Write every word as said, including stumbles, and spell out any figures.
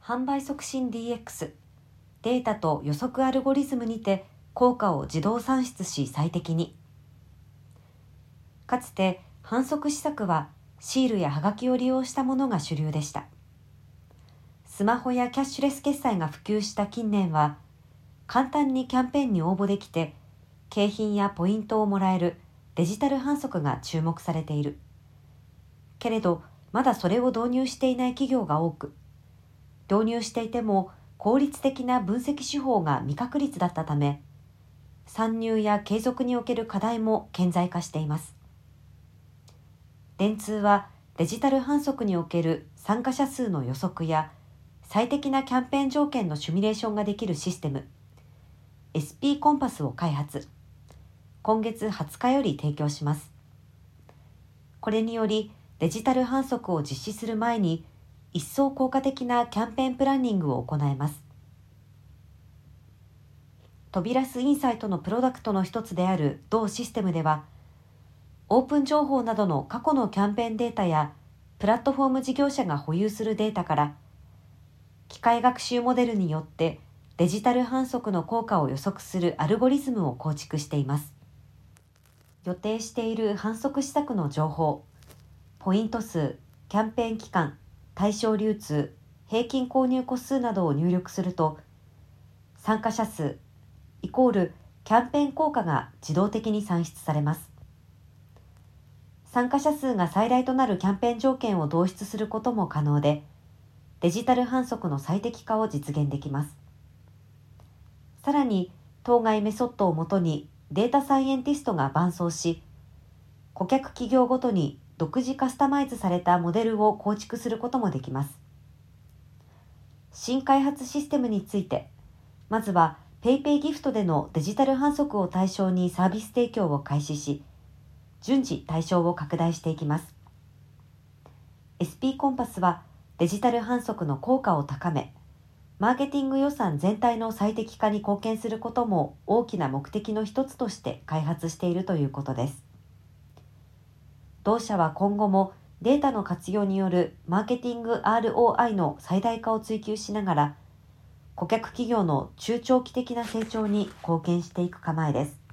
販売促進 ディーエックス、データと予測アルゴリズムにて効果を自動算出し最適に。かつて販促施策はシールやハガキを利用したものが主流でした。スマホやキャッシュレス決済が普及した近年は、簡単にキャンペーンに応募できて、景品やポイントをもらえるデジタル販促が注目されている。けれど、まだそれを導入していない企業が多く、導入していても効率的な分析手法が未確立だったため、参入や継続における課題も顕在化しています。電通はデジタル販促における参加者数の予測や最適なキャンペーン条件のシミュレーションができるシステム エスピー コンパスを開発。今月はつかより提供します。これによりデジタル販促を実施する前に一層効果的なキャンペーンプランニングを行えます。トビラスインサイトのプロダクトの一つである同システムでは、オープン情報などの過去のキャンペーンデータやプラットフォーム事業者が保有するデータから機械学習モデルによってデジタル販促の効果を予測するアルゴリズムを構築しています。予定している販促施策の情報、ポイント数、キャンペーン期間、対象流通、平均購入個数などを入力すると、参加者数イコールキャンペーン効果が自動的に算出されます。参加者数が最大となるキャンペーン条件を導出することも可能で、デジタル販促の最適化を実現できます。さらに、当該メソッドをもとにデータサイエンティストが伴走し、顧客企業ごとに独自カスタマイズされたモデルを構築することもできます。新開発システムについて、まずは PayPay ギフトでのデジタル販促を対象にサービス提供を開始し、順次対象を拡大していきます。エスピー コンパスはデジタル販促の効果を高め、マーケティング予算全体の最適化に貢献することも大きな目的の一つとして開発しているということです。同社は今後もデータの活用によるマーケティング アールオーアイ の最大化を追求しながら、顧客企業の中長期的な成長に貢献していく構えです。